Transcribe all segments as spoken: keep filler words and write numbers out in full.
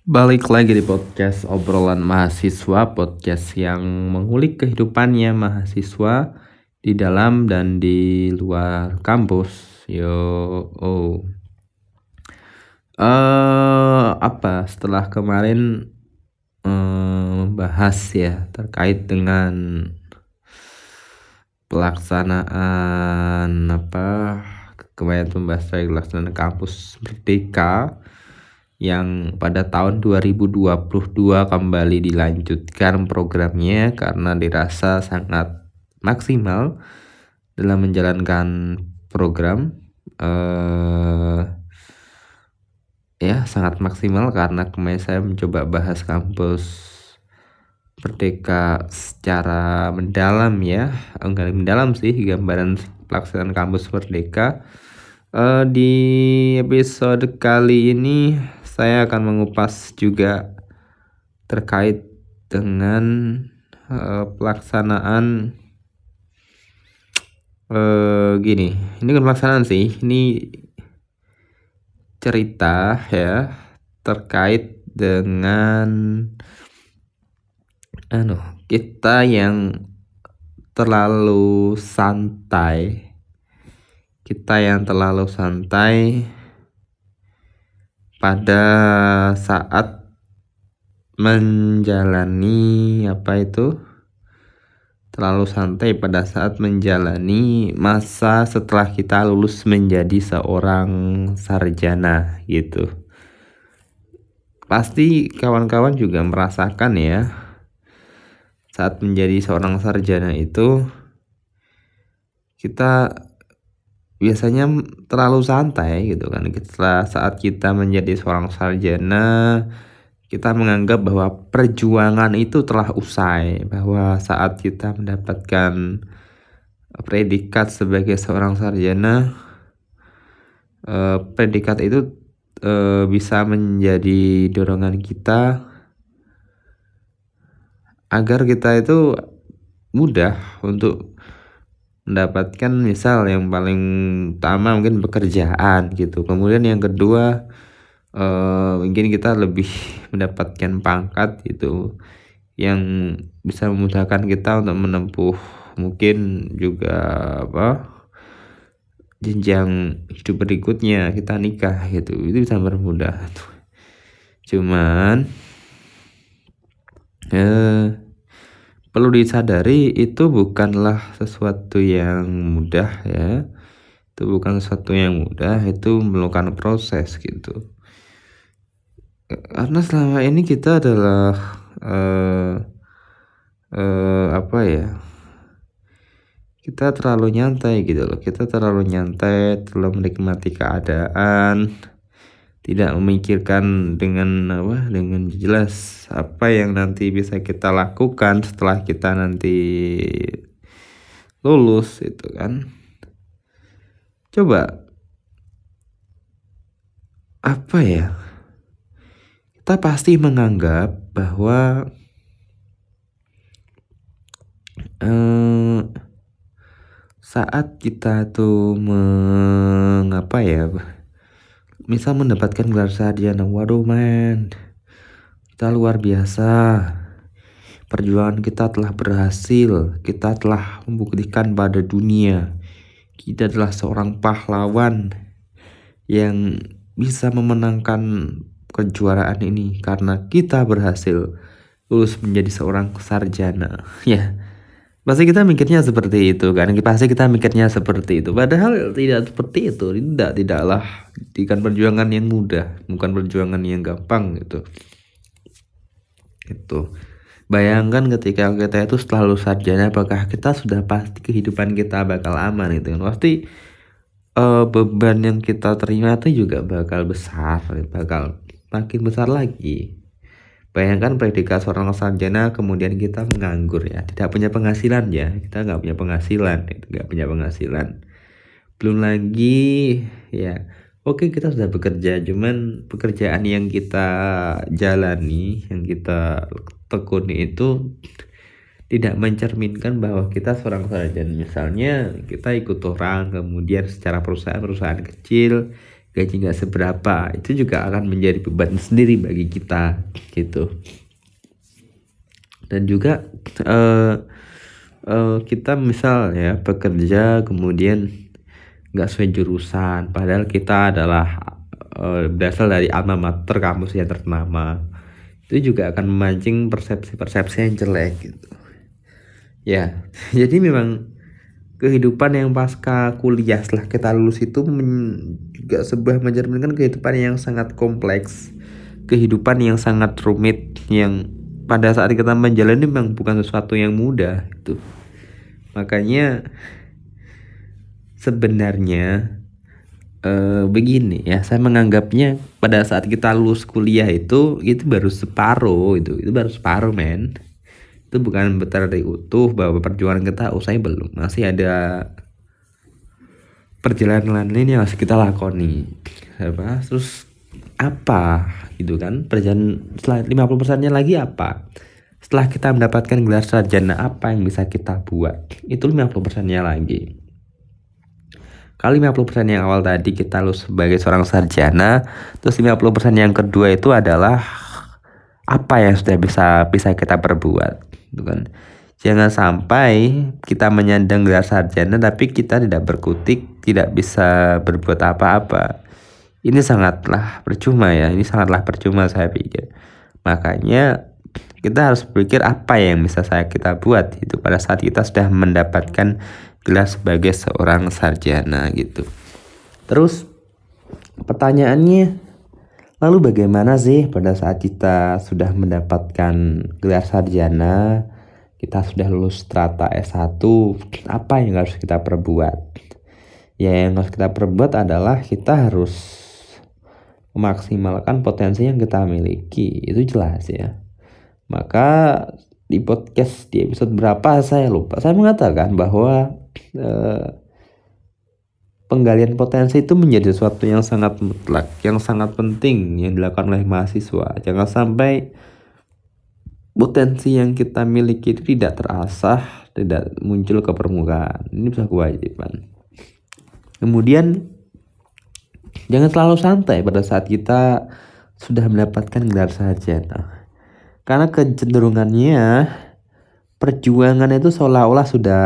Balik lagi di podcast obrolan mahasiswa, podcast yang mengulik kehidupannya mahasiswa di dalam dan di luar kampus. Yo, oh. Eh, apa setelah kemarin eh, membahas ya terkait dengan pelaksanaan apa kemarin membahas pelaksanaan kampus Merdeka yang pada tahun dua ribu dua puluh dua kembali dilanjutkan programnya karena dirasa sangat maksimal dalam menjalankan program. eh ya sangat maksimal karena kemarin saya mencoba bahas kampus Merdeka secara mendalam ya, enggak mendalam sih, gambaran pelaksanaan kampus Merdeka. Eh, di episode kali ini saya akan mengupas juga terkait dengan eh, pelaksanaan eh, gini. Ini kan pelaksanaan sih, ini cerita ya terkait dengan anu kita yang terlalu santai. Kita yang terlalu santai pada saat menjalani apa itu terlalu santai pada saat menjalani masa setelah kita lulus menjadi seorang sarjana gitu. Pasti kawan-kawan juga merasakan ya, saat menjadi seorang sarjana itu kita biasanya terlalu santai gitu kan. Setelah saat kita menjadi seorang sarjana, kita menganggap bahwa perjuangan itu telah usai, bahwa saat kita mendapatkan predikat sebagai seorang sarjana, eh, predikat itu eh, bisa menjadi dorongan kita agar kita itu mudah untuk mendapatkan misal yang paling utama mungkin pekerjaan gitu. Kemudian yang kedua eh, mungkin kita lebih mendapatkan pangkat gitu yang bisa memudahkan kita untuk menempuh mungkin juga apa jenjang hidup berikutnya, kita nikah gitu, itu bisa bermudah. Cuman eh, perlu disadari itu bukanlah sesuatu yang mudah ya. Itu bukan sesuatu yang mudah, itu memerlukan proses gitu. Karena selama ini kita adalah eh, eh, apa ya? Kita terlalu nyantai gitu loh. Kita terlalu nyantai, terlalu menikmati keadaan, tidak memikirkan dengan apa? Dengan jelas apa yang nanti bisa kita lakukan setelah kita nanti lulus itu kan. Coba apa ya? Kita pasti menganggap bahwa eh, saat kita tuh mengapa ya, misal mendapatkan gelar sarjana, waduh man, kita luar biasa, perjuangan kita telah berhasil, kita telah membuktikan pada dunia kita adalah seorang pahlawan yang bisa memenangkan kejuaraan ini karena kita berhasil lulus menjadi seorang sarjana. Ya, pasti kita mikirnya seperti itu kan. Pasti kita mikirnya seperti itu. Padahal tidak seperti itu. Tidak, tidaklah. Bukan perjuangan yang mudah, bukan perjuangan yang gampang gitu. Itu. Bayangkan ketika kita itu setelah lulus sarjana, apakah kita sudah pasti kehidupan kita bakal aman gitu kan. Pasti uh, beban yang kita terima itu juga bakal besar, bakal makin besar lagi. Bayangkan predikat seorang sarjana kemudian kita menganggur ya, tidak punya penghasilan ya, kita nggak punya penghasilan, itu nggak punya penghasilan. Belum lagi ya, oke kita sudah bekerja, cuman pekerjaan yang kita jalani, yang kita tekuni itu tidak mencerminkan bahwa kita seorang sarjana. Misalnya kita ikut orang, kemudian secara perusahaan-perusahaan kecil gaji nggak seberapa, itu juga akan menjadi beban sendiri bagi kita gitu. Dan juga uh, uh, kita misal ya bekerja kemudian nggak sesuai jurusan, padahal kita adalah uh, berasal dari alma mater kampus yang ternama, itu juga akan memancing persepsi-persepsi yang jelek gitu ya. Jadi memang kehidupan yang pasca kuliah setelah kita lulus itu men- juga sebuah mencerminkan kehidupan yang sangat kompleks, kehidupan yang sangat rumit, yang pada saat kita menjalani memang bukan sesuatu yang mudah itu. Makanya sebenarnya eh, begini ya, saya menganggapnya pada saat kita lulus kuliah itu itu baru separuh, itu itu baru separuh men. Itu bukan berarti utuh bahwa perjuangan kita usai belum, masih ada perjalanan lain yang harus kita lakoni apa terus apa gitu kan. Perjalanan setelah lima puluh persennya lagi apa, setelah kita mendapatkan gelar sarjana apa yang bisa kita buat, itu lima puluh persennya lagi. Kalau lima puluh persen yang awal tadi kita lulus sebagai seorang sarjana, terus lima puluh persen yang kedua itu adalah apa yang sudah bisa bisa kita perbuat gitu kan. Jangan sampai kita menyandang gelar sarjana tapi kita tidak berkutik, tidak bisa berbuat apa-apa. Ini sangatlah percuma ya, ini sangatlah percuma saya pikir. Makanya kita harus berpikir apa yang bisa saya kita buat itu pada saat kita sudah mendapatkan gelar sebagai seorang sarjana gitu. Terus pertanyaannya, lalu bagaimana sih pada saat kita sudah mendapatkan gelar sarjana, kita sudah lulus strata S satu, apa yang harus kita perbuat? Ya yang harus kita perbuat adalah kita harus memaksimalkan potensi yang kita miliki, itu jelas ya. Maka di podcast di episode berapa saya lupa, saya mengatakan bahwa eh, penggalian potensi itu menjadi sesuatu yang sangat mutlak, yang sangat penting yang dilakukan oleh mahasiswa. Jangan sampai potensi yang kita miliki itu tidak terasah, tidak muncul ke permukaan. Ini bisa kewajiban. Kemudian jangan terlalu santai pada saat kita sudah mendapatkan gelar sarjana, karena kecenderungannya perjuangan itu seolah-olah sudah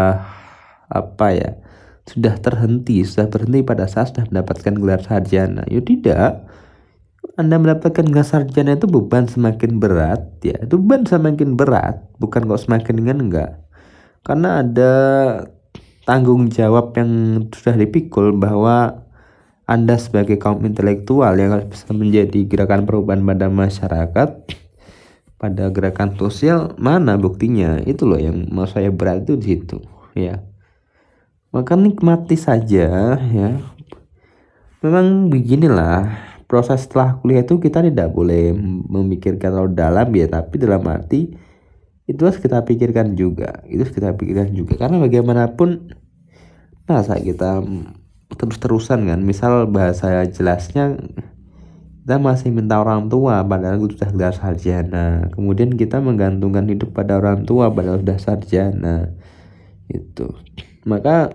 apa ya, sudah terhenti, sudah berhenti pada saat sudah mendapatkan gelar sarjana. Ya tidak, Anda mendapatkan gelar sarjana itu beban semakin berat ya, itu beban semakin berat, bukan kok semakin ringan, enggak. Karena ada tanggung jawab yang sudah dipikul bahwa Anda sebagai kaum intelektual yang harus bisa menjadi gerakan perubahan pada masyarakat, pada gerakan sosial. Mana buktinya? Itu loh yang mau saya berat itu di situ ya. Maka nikmati saja ya. Memang beginilah proses setelah kuliah itu, kita tidak boleh memikirkan terlalu dalam ya, tapi dalam arti itu harus kita pikirkan juga, itu harus kita pikirkan juga, karena bagaimanapun masa kita terus-terusan kan, misal bahasa jelasnya kita masih minta orang tua padahal sudah gelar sarjana, kemudian kita menggantungkan hidup pada orang tua padahal sudah sarjana itu. Maka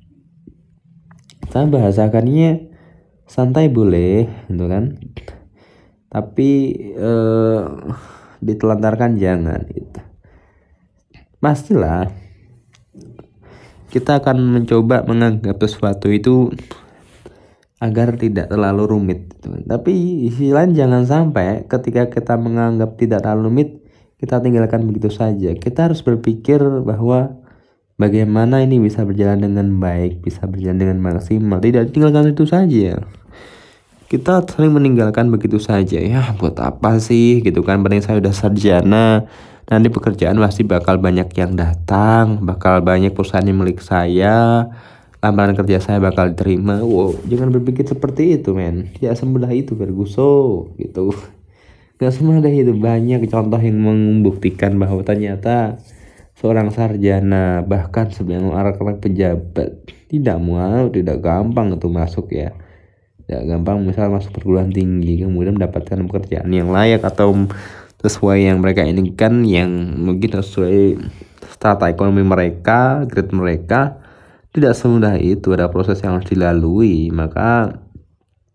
saya bahasakannya santai boleh gitu kan, tapi eh, ditelantarkan jangan gitu. Pastilah kita akan mencoba menganggap sesuatu itu agar tidak terlalu rumit gitu. Tapi sisi lain jangan sampai ketika kita menganggap tidak terlalu rumit, kita tinggalkan begitu saja. Kita harus berpikir bahwa bagaimana ini bisa berjalan dengan baik, bisa berjalan dengan maksimal. Tidak tinggalkan itu saja. Kita sering meninggalkan begitu saja. Ya buat apa sih gitu kan, penting saya udah sarjana, nanti pekerjaan pasti bakal banyak yang datang, bakal banyak perusahaan yang milik saya, lamaran kerja saya bakal diterima. Wow, jangan berpikir seperti itu men. Ya semudah itu Ferguson gitu. Gak semudah itu. Banyak contoh yang membuktikan bahwa ternyata seorang sarjana, bahkan sebelum orang pejabat, tidak mau, tidak gampang itu masuk ya. Tidak gampang misal masuk perguruan tinggi kemudian mendapatkan pekerjaan yang layak atau sesuai yang mereka inginkan, yang mungkin sesuai strata ekonomi mereka, grade mereka. Tidak semudah itu, ada proses yang harus dilalui. Maka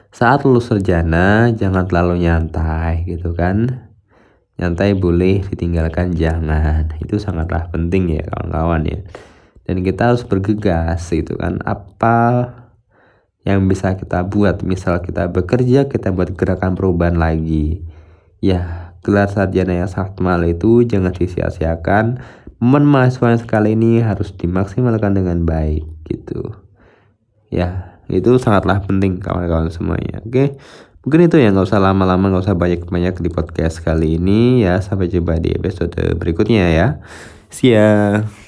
saat lulus sarjana jangan terlalu nyantai gitu kan. Nyantai boleh, ditinggalkan jangan. Itu sangatlah penting ya kawan-kawan ya. Dan kita harus bergegas gitu kan. Apa yang bisa kita buat, misal kita bekerja, kita buat gerakan perubahan lagi. Ya, gelar sarjana yang sangat mahal itu jangan disia-siakan. Momen mahasiswa yang sekali ini harus dimaksimalkan dengan baik gitu. Ya, itu sangatlah penting kawan-kawan semuanya. Oke, mungkin itu ya, nggak usah lama-lama, nggak usah banyak-banyak di podcast kali ini ya. Sampai jumpa di episode berikutnya ya. See ya.